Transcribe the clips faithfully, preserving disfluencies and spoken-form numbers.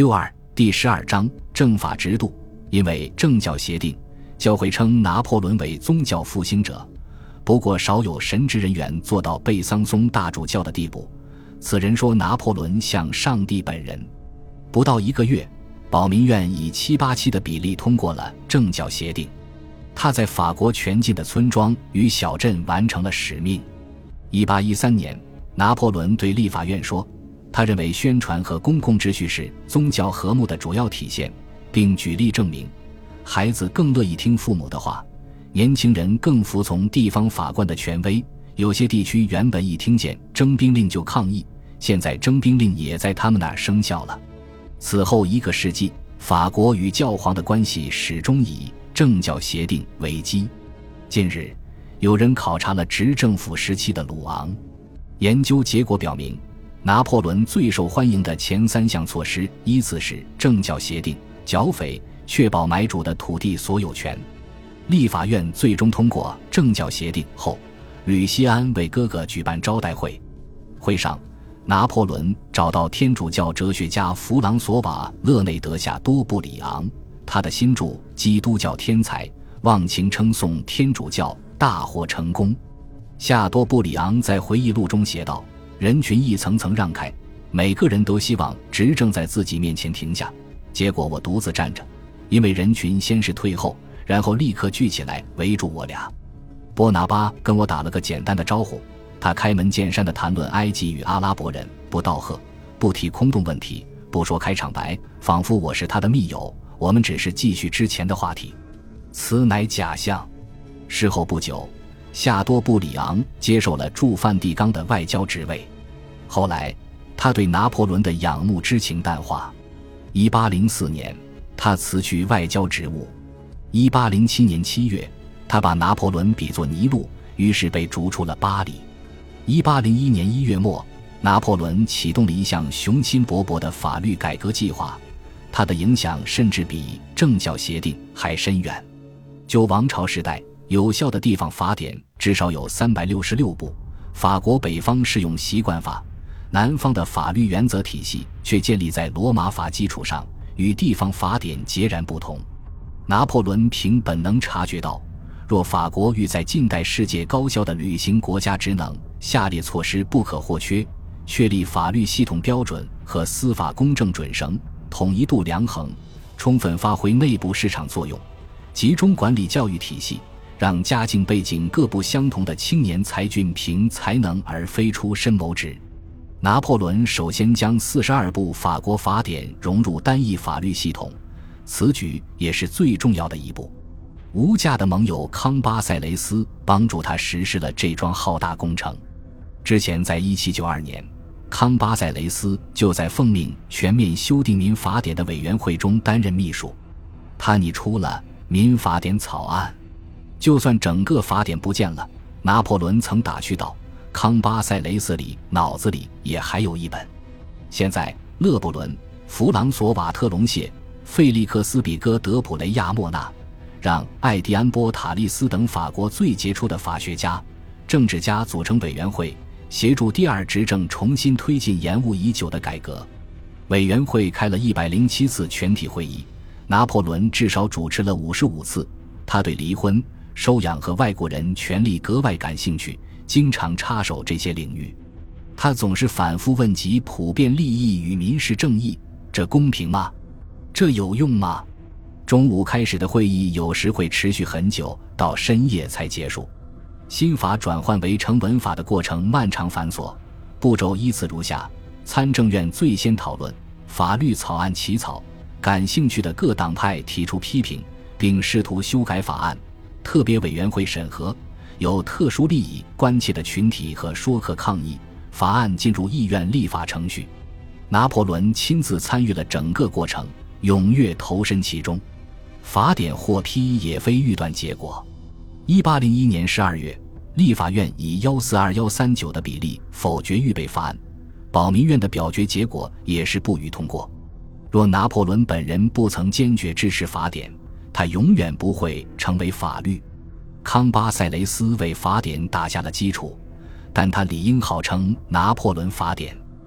六二第十二章政法制度。因为政教协定，教会称拿破仑为宗教复兴者，不过少有神职人员做到贝桑松大主教的地步。此人说拿破仑像上帝本人。不到一个月，保民院以七八七的比例通过了政教协定。他在法国全境的村庄与小镇完成了使命。一八一三年，拿破仑对立法院说，他认为宣传和公共秩序是宗教和睦的主要体现，并举例证明，孩子更乐意听父母的话，年轻人更服从地方法官的权威。有些地区原本一听见征兵令就抗议，现在征兵令也在他们那儿生效了。此后一个世纪，法国与教皇的关系始终以政教协定为基。近日，有人考察了执政府时期的鲁昂，研究结果表明，拿破仑最受欢迎的前三项措施依次是政教协定、剿匪、确保买主的土地所有权。立法院最终通过政教协定后，吕西安为哥哥举办招待会。会上，拿破仑找到天主教哲学家弗朗索瓦·勒内德夏多布里昂，他的新著《基督教天才》忘情称颂天主教大获成功。夏多布里昂在回忆录中写道，人群一层层让开，每个人都希望执政在自己面前停下，结果我独自站着，因为人群先是退后，然后立刻聚起来围住我俩。波拿巴跟我打了个简单的招呼，他开门见山地谈论埃及与阿拉伯人，不道贺，不提空洞问题，不说开场白，仿佛我是他的密友，我们只是继续之前的话题。此乃假象。事后不久，夏多布里昂接受了驻梵蒂冈的外交职位。后来他对拿破仑的仰慕之情淡化。一八零四年，他辞去外交职务。一八零七年七月，他把拿破仑比作尼禄，于是被逐出了巴黎。一八零一年一月末，拿破仑启动了一项雄心勃勃的法律改革计划，他的影响甚至比政教协定还深远。旧王朝时代，有效的地方法典至少有三百六十六部，法国北方适用习惯法，南方的法律原则体系却建立在罗马法基础上，与地方法典截然不同。拿破仑凭本能察觉到，若法国欲在近代世界高效地履行国家职能，下列措施不可或缺：确立法律系统标准和司法公正准绳，统一度量衡，充分发挥内部市场作用，集中管理教育体系，让家境背景各不相同的青年才俊凭才能而非出身谋职。拿破仑首先将四十二部法国法典融入单一法律系统，此举也是最重要的一步。无价的盟友康巴塞雷斯帮助他实施了这桩浩大工程。之前在一七九二年，康巴塞雷斯就在奉命全面修订民法典的委员会中担任秘书。他拟出了民法典草案，就算整个法典不见了，拿破仑曾打趣道，康巴塞雷斯里脑子里也还有一本。现在勒布伦、弗朗索瓦特隆谢、费利克斯比戈德普雷亚莫纳，让艾迪安波塔利斯等法国最杰出的法学家、政治家组成委员会，协助第二执政重新推进延误已久的改革。委员会开了一百零七次全体会议，拿破仑至少主持了五十五次。他对离婚、收养和外国人权利格外感兴趣，经常插手这些领域。他总是反复问及普遍利益与民事正义，这公平吗？这有用吗？中午开始的会议有时会持续很久，到深夜才结束。新法转换为成文法的过程漫长繁琐，步骤依次如下：参政院最先讨论法律草案起草，感兴趣的各党派提出批评，并试图修改法案，特别委员会审核，有特殊利益关切的群体和说客抗议，法案进入议院立法程序。拿破仑亲自参与了整个过程，踊跃投身其中。法典获批也非预断结果。一八零一年十二月，立法院以一四二一三九的比例否决预备法案，保民院的表决结果也是不予通过。若拿破仑本人不曾坚决支持法典，它永远不会成为法律。康巴塞雷斯为法典打下了基础，但他理应号称拿破仑法典。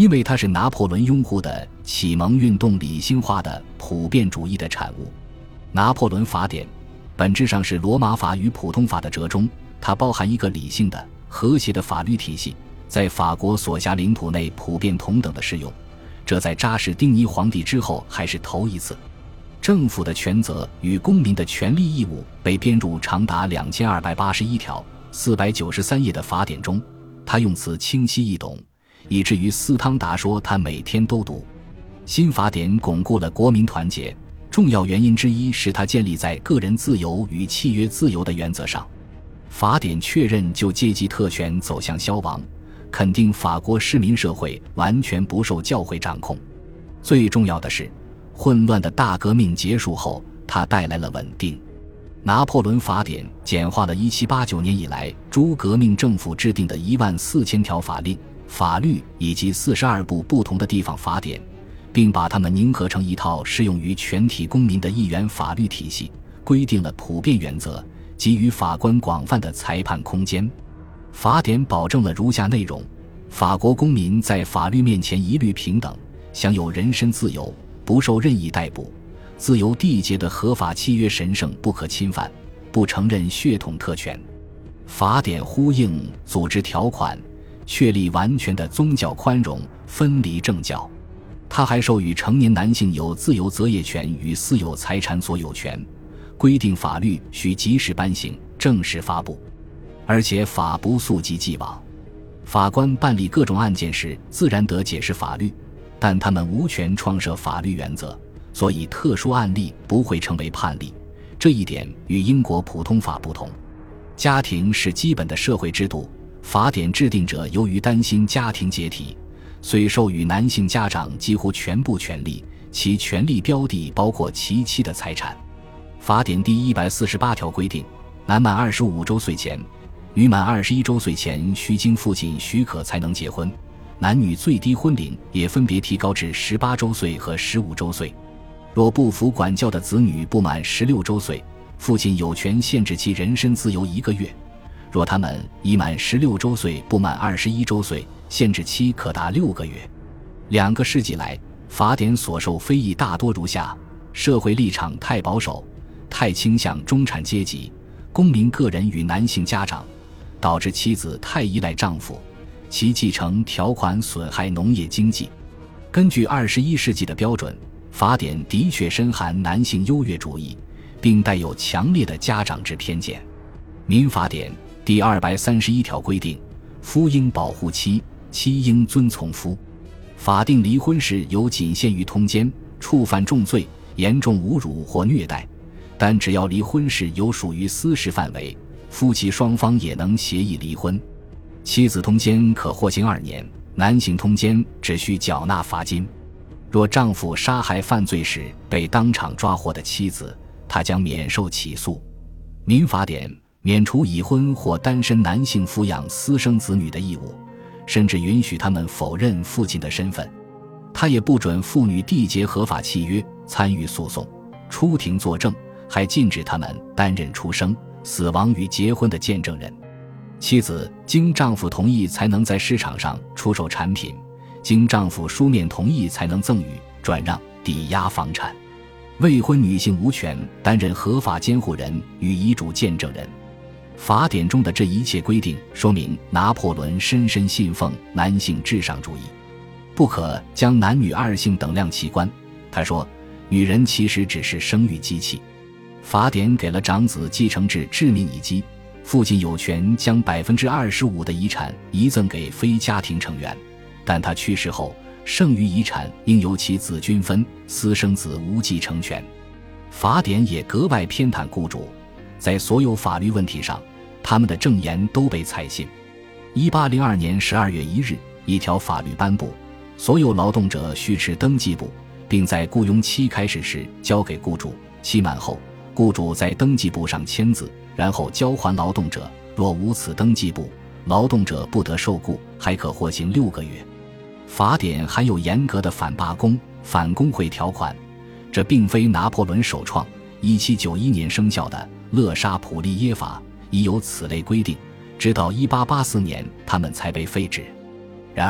因为它是拿破仑拥护的启蒙运动理性化的普遍主义的产物。拿破仑法典本质上是罗马法与普通法的折中，它包含一个理性的、和谐的法律体系，在法国所辖领土内普遍同等的适用，这在扎什丁尼皇帝之后还是头一次。政府的权责与公民的权利义务被编入长达两千二百八十一条、四百九十三页的法典中，他用词清晰易懂，以至于斯汤达说他每天都读。新法典巩固了国民团结，重要原因之一是它建立在个人自由与契约自由的原则上。法典确认就阶级特权走向消亡，肯定法国市民社会完全不受教会掌控。最重要的是，混乱的大革命结束后，它带来了稳定。拿破仑法典简化了一七八九年以来诸革命政府制定的一万四千条法令、法律以及四十二部不同的地方法典，并把它们凝合成一套适用于全体公民的一元法律体系，规定了普遍原则，给予法官广泛的裁判空间。法典保证了如下内容：法国公民在法律面前一律平等，享有人身自由，不受任意逮捕，自由缔结的合法契约神圣不可侵犯，不承认血统特权。法典呼应组织条款，确立完全的宗教宽容，分离政教。他还授予成年男性有自由择业权与私有财产所有权，规定法律需及时颁行，正式发布，而且法不溯及既往。法官办理各种案件时自然得解释法律，但他们无权创设法律原则，所以特殊案例不会成为判例，这一点与英国普通法不同。家庭是基本的社会制度，法典制定者由于担心家庭解体，遂授予男性家长几乎全部权利，其权利标的包括其妻的财产。法典第一百四十八条规定，男满二十五周岁前，女满二十一周岁前需经父亲许可才能结婚，男女最低婚龄也分别提高至十八周岁和十五周岁。若不服管教的子女不满十六周岁，父亲有权限制其人身自由一个月；若他们已满十六周岁不满二十一周岁，限制期可达六个月。两个世纪来，法典所受非议大多如下：社会立场太保守，太倾向中产阶级、公民个人与男性家长，导致妻子太依赖丈夫，其继承条款损害农业经济。根据二十一世纪的标准，法典的确深含男性优越主义，并带有强烈的家长制偏见。民法典第二百三十一条规定，夫应保护妻，妻应遵从夫。法定离婚时有仅限于通奸、触犯重罪、严重侮辱或虐待，但只要离婚时有属于私事范围，夫妻双方也能协议离婚。妻子通奸可获刑二年，男性通奸只需缴纳罚金。若丈夫杀害犯罪时被当场抓获的妻子，他将免受起诉。民法典免除已婚或单身男性抚养私生子女的义务，甚至允许他们否认父亲的身份。他也不准妇女缔结合法契约、参与诉讼、出庭作证，还禁止他们担任出生、死亡与结婚的见证人。妻子经丈夫同意才能在市场上出售产品，经丈夫书面同意才能赠与、转让、抵押房产。未婚女性无权担任合法监护人与遗嘱见证人。法典中的这一切规定说明拿破仑深深信奉男性至上主义，不可将男女二性等量齐观。他说，女人其实只是生育机器。法典给了长子继承制致命一击，父亲有权将 百分之二十五 的遗产遗赠给非家庭成员，但他去世后，剩余遗产应由其子均分，私生子无继承权。法典也格外偏袒雇主，在所有法律问题上，他们的证言都被采信。一八零二年十二月一日，一条法律颁布，所有劳动者须持登记簿，并在雇佣期开始时交给雇主，期满后，雇主在登记簿上签字，然后交还劳动者。若无此登记簿，劳动者不得受雇，还可获刑六个月。法典含有严格的反罢工、反工会条款，这并非拿破仑首创，一七九一年生效的勒沙普利耶法已有此类规定，直到一八八四年他们才被废止。然而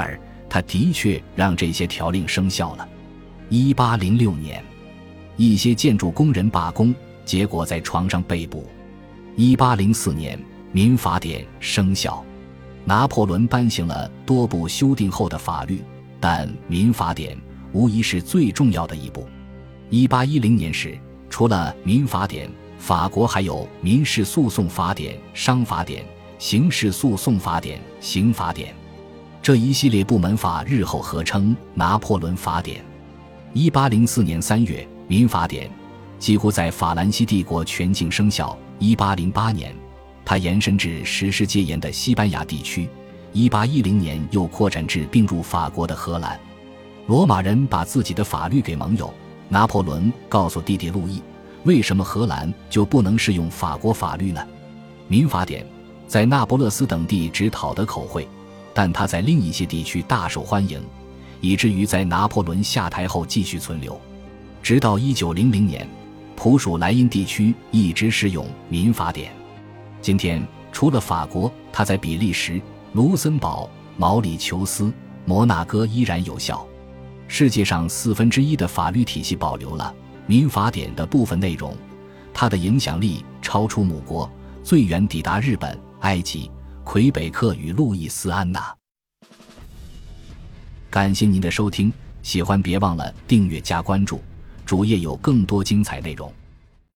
他的确让这些条令生效了。一八零六年，一些建筑工人罢工，结果在床上被捕。一八零四年，民法典生效，拿破仑颁行了多部修订后的法律，但民法典无疑是最重要的一步。一八一零年时，除了民法典，法国还有民事诉讼法典、商法典、刑事诉讼法典、刑法典，这一系列部门法日后合称拿破仑法典。一八零四年三月，民法典几乎在法兰西帝国全境生效。一八零八年，它延伸至实施戒严的西班牙地区。一八一零年又扩展至并入法国的荷兰。罗马人把自己的法律给盟友，拿破仑告诉弟弟路易，为什么荷兰就不能适用法国法律呢？民法典在那不勒斯等地只讨得口惠，但它在另一些地区大受欢迎，以至于在拿破仑下台后继续存留。直到一九零零年，普属莱茵地区一直适用民法典。今天除了法国，它在比利时、卢森堡、毛里求斯、摩纳哥依然有效。世界上四分之一的法律体系保留了民法典的部分内容，它的影响力超出母国，最远抵达日本、埃及、魁北克与路易斯安那。感谢您的收听，喜欢别忘了订阅加关注，主页有更多精彩内容。